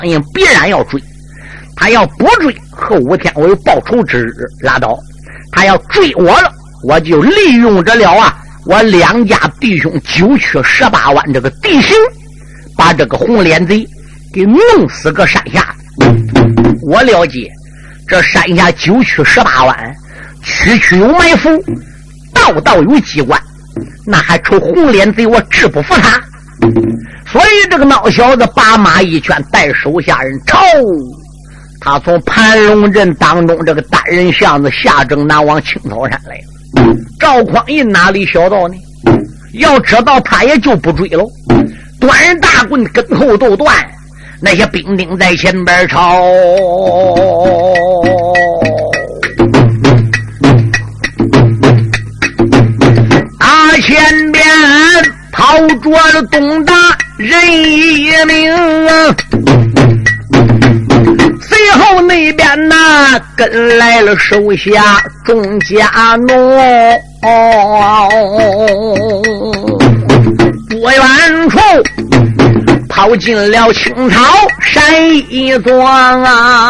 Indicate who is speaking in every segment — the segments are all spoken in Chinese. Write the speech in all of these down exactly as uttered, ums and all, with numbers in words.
Speaker 1: 印必然要追，他要不追，和武天我有报仇之日，拉倒。他要追我了，我就利用着了啊，我两家弟兄九曲十八弯这个地形，把这个红脸贼给弄死个山下。我了解这山下九曲十八弯，区区有埋伏，道道有机关，那还愁红脸贼我制不服他？所以这个孬小子把马一拳，带手下人朝他从盘龙镇当中这个单人巷子下正南往青草山来。赵匡胤哪里小道呢？要知道他也就不追喽，端人大棍跟后斗断，那些兵丁在前边朝啊，前边跑着了东大人一名啊，随后那边呢跟来了手下众家奴，不远处跑进了青草山一庄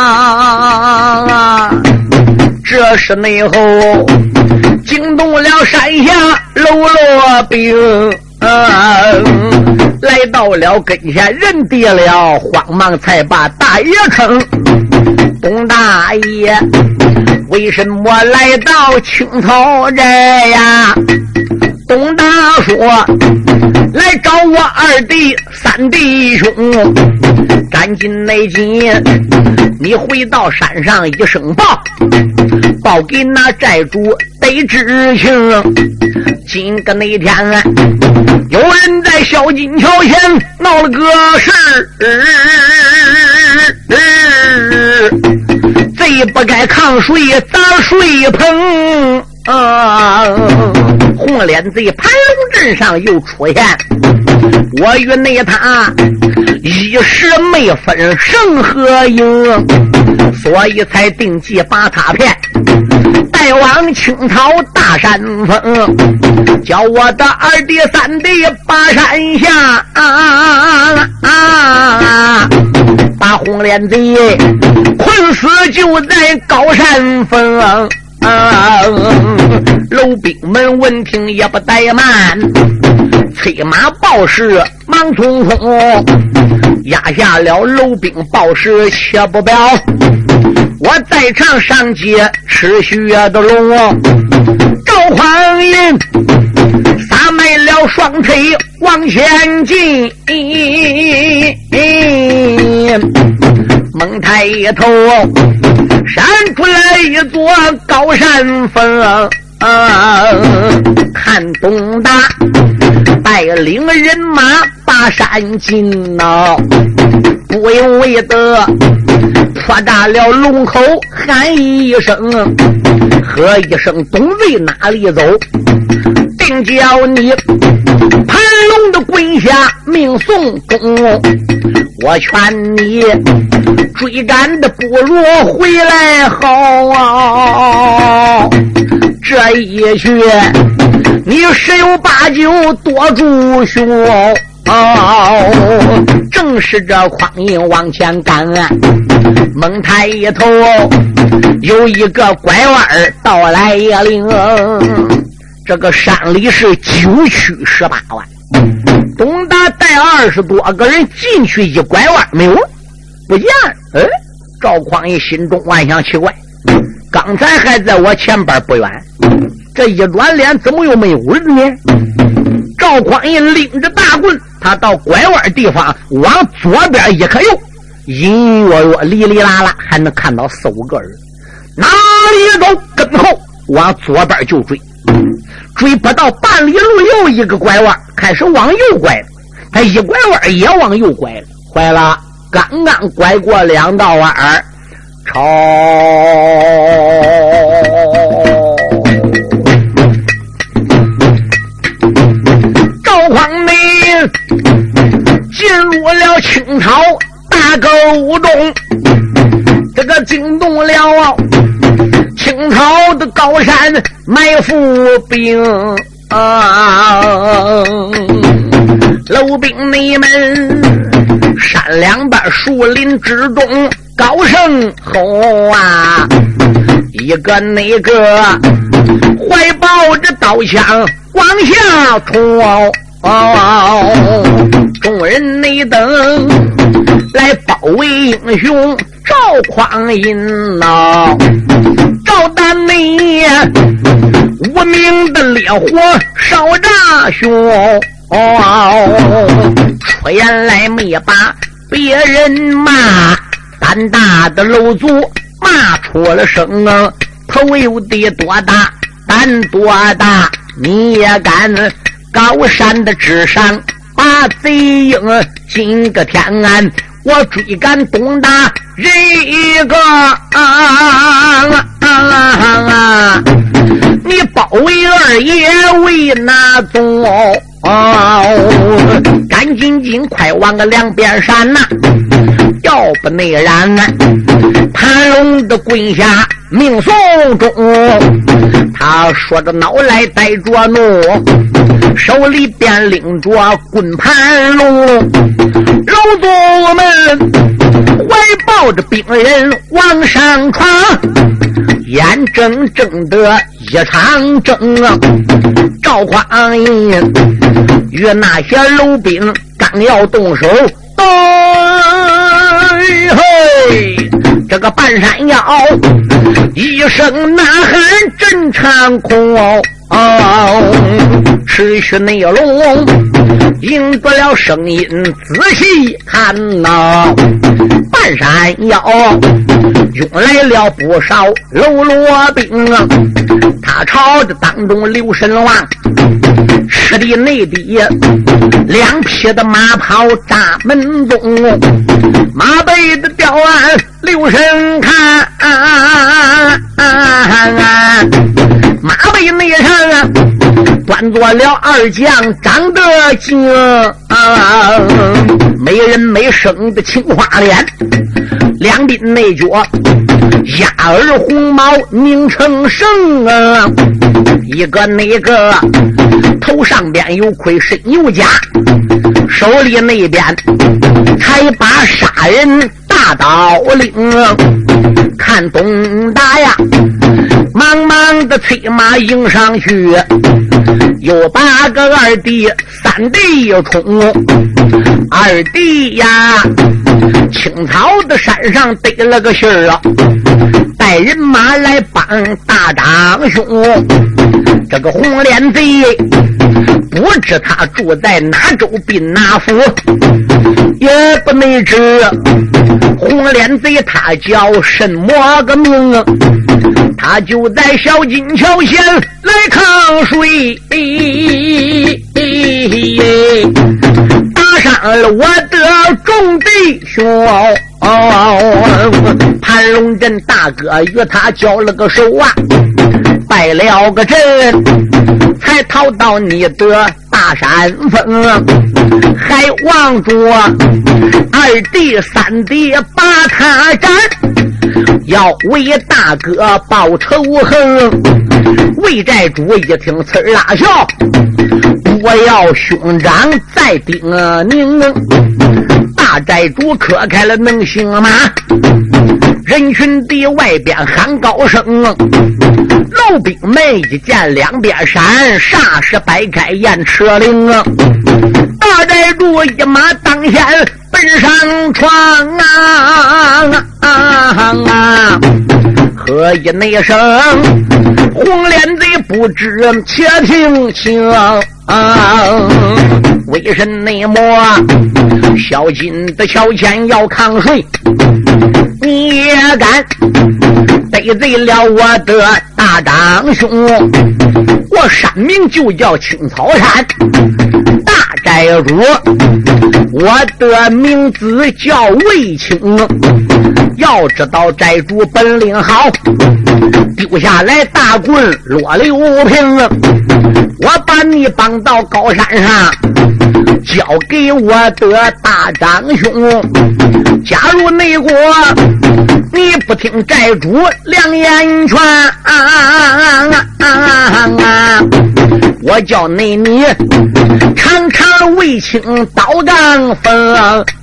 Speaker 1: 啊，这是内后惊动了山下喽啰兵啊，来到了跟前人跌了，慌忙才把大爷称。董大爷为什么来到青草寨呀？董大说来找我二弟三弟兄，赶紧内紧，你回到山上一声报，报给那寨主得知情。今个那天有人在小金桥前闹了个事，贼不该抗水砸水棚啊！红脸贼盘龙镇上又出现，我与内他一时没分胜和赢，所以才定计把他骗带往青草大山峰，叫我的二弟三弟把山下啊啊，把红脸贼困死就在高山峰啊！楼兵们闻听也不怠慢，催马报时忙匆匆，压下了楼兵报时且不表，我在场上街吃血的龙，赵匡胤撒迈了双腿往前进，猛抬头闪出来一座高山峰啊，看东大带领人马把山进呐，不由为的破大了龙口喊一声，喝一声东魏哪里走，定叫你盘龙的跪下命送终，我劝你追赶的不如回来好啊！这一去你十有八九多助凶哦，正是这匡胤往前赶，猛抬一头有一个拐弯到来也灵，这个山里是九曲十八弯，东大带二十多个人进去一拐弯没有不见了。哎，赵匡胤心中万想奇怪，刚才还在我前边不远，这一转脸怎么又没有了呢？赵匡胤拎着大棍，他到拐弯地方往左边一可右，隐约约哩哩啦啦还能看到四五个人，哪里走跟后往左边就追，追不到半里路又一个拐弯，开始往右拐了，他一拐弯也往右拐了，坏了，刚刚拐过两道弯儿，朝赵匡胤进入了青草大沟中，这个惊动了青草的高山埋伏兵啊，楼兵你们山两边树林之中高声吼啊，一个那个怀抱着刀枪往下冲，哦，众人内等来包围英雄赵匡胤呐，赵大内无名的烈火烧炸胸，哦，出言来没把别人骂，胆大的楼主骂出了声啊，头有地多大胆多大，你也敢高山的之上把贼鹰进个天安，我追赶东大人一个啊啊啊啊！你包围二爷为哪种？哦，赶紧紧快往个两边闪呐、啊！要不内然啊，谭龙的棍下命送中，他说着脑来带着怒，手里边拎着棍盘龙，老祖们怀抱着病人往上闯，眼睁睁的一场争啊！赵匡胤与那些楼兵刚要动手，哎嘿，这个半山腰一声呐喊震长空，哦，持续内容引得了声音，仔细看呐，半山腰涌来了不少喽啰兵啊，他朝着当中刘神王赤地内地两匹的马跑扎门中，马背的吊鞍刘神看、啊啊啊、马背内上啊端坐了二将张德兴啊，没人没声的青花脸，两鬓内角压耳红毛拧成绳啊，一个那个头上边有盔身有甲，手里那边才把杀人大刀领，看东大呀忙忙的催马迎上去，有八个二弟三弟冲，二弟呀青草的山上得了个信儿啊，带人马来帮大长兄，这个红脸贼不知他住在哪州滨哪府，也不内知红脸贼他叫什么个名啊，他就在小金桥县来抗水，打伤了我的众弟兄，盘龙镇大哥与他交了个手啊，拜了个阵，才逃到你的大山峰，还望着二弟三弟把他斩，要为大哥报仇恨。魏寨主一听刺儿拉笑，不要兄长再叮咛，大寨主磕开了能行吗？人群的外边喊高声，老兵们一见两边闪，霎时摆开雁翅翎啊！大寨主一马当先奔上床啊啊啊！喝一那声，红脸贼不知且听清啊！为神内魔小金的小钱要抗税，你也敢得罪了我的大长兄？我山名就叫青草山，大寨主我的名字叫卫青，要知道寨主本领好，丢下来大棍落刘平，我把你绑到高山上交给我的大长兄，假如内国你不听寨主两言劝啊啊啊啊，我叫内你尝尝卫青刀杠风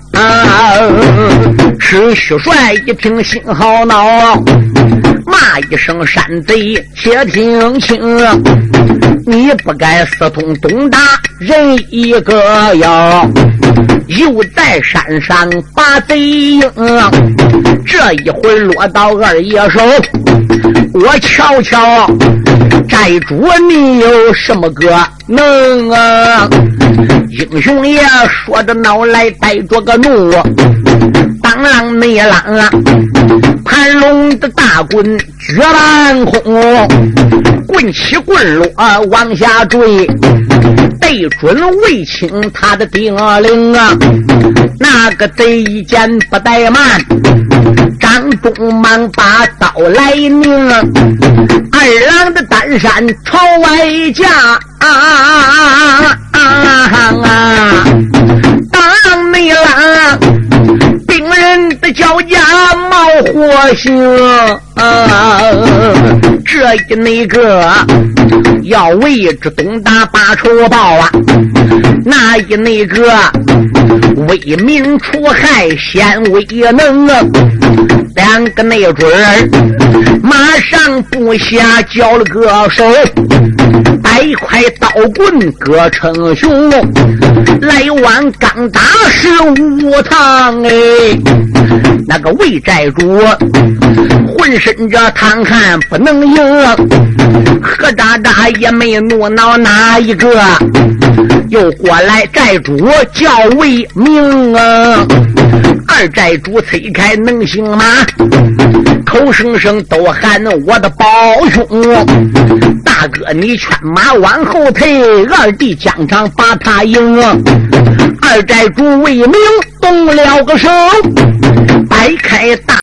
Speaker 1: 啊！是蟋蟀一听心好恼，骂一声山贼且听清，你不该私通东大人一个呀，又在山上把贼营，这一会儿落到二爷手，我瞧瞧寨主你有什么个能啊？英雄爷说着恼来带着个怒，当啷内啷啊，盘龙的大棍举半空，棍起棍落往下坠，对准卫青他的顶领啊！那个贼一见不怠慢，张忠忙把刀来拧，二郎的单山朝外架啊啊啊啊！当内郎兵人的脚架冒火星啊！这一那个要为之东大把仇报啊，那一那个为民除害先为能啊，两个那准儿马上部下交了个手，摆块刀棍割成熊，来往刚打十五趟哎，那个魏寨主浑身这淌汗不能赢，何渣渣也没怒恼哪一个，又过来寨主叫魏明啊，二寨主催开能行吗？口声声都喊我的宝兄，大哥你劝马往后退，二弟疆场把他赢，二寨主魏明动了个手，摆开大